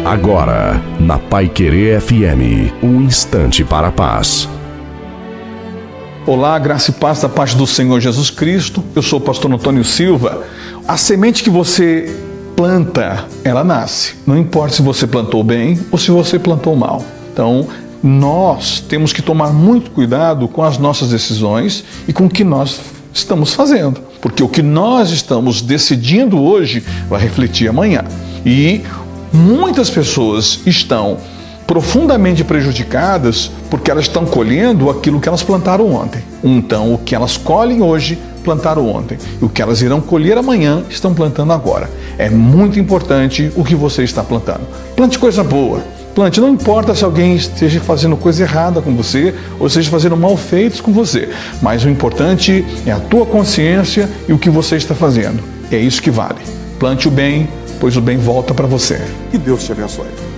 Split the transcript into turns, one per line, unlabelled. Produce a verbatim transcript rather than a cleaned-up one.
Agora, na Paiquerê F M, um instante para a paz.
Olá, graça e paz da parte do Senhor Jesus Cristo. Eu sou o pastor Antônio Silva. A semente que você planta, ela nasce. Não importa se você plantou bem ou se você plantou mal. Então, nós temos que tomar muito cuidado com as nossas decisões e com o que nós estamos fazendo. Porque o que nós estamos decidindo hoje vai refletir amanhã. E muitas pessoas estão profundamente prejudicadas porque elas estão colhendo aquilo que elas plantaram ontem. Então, o que elas colhem hoje, plantaram ontem. E o que elas irão colher amanhã, estão plantando agora. É muito importante o que você está plantando. Plante coisa boa. Plante, não importa se alguém esteja fazendo coisa errada com você ou esteja fazendo mal feitos com você. Mas o importante é a tua consciência e o que você está fazendo. É isso que vale. Plante o bem, pois o bem volta para você.
Que Deus te abençoe.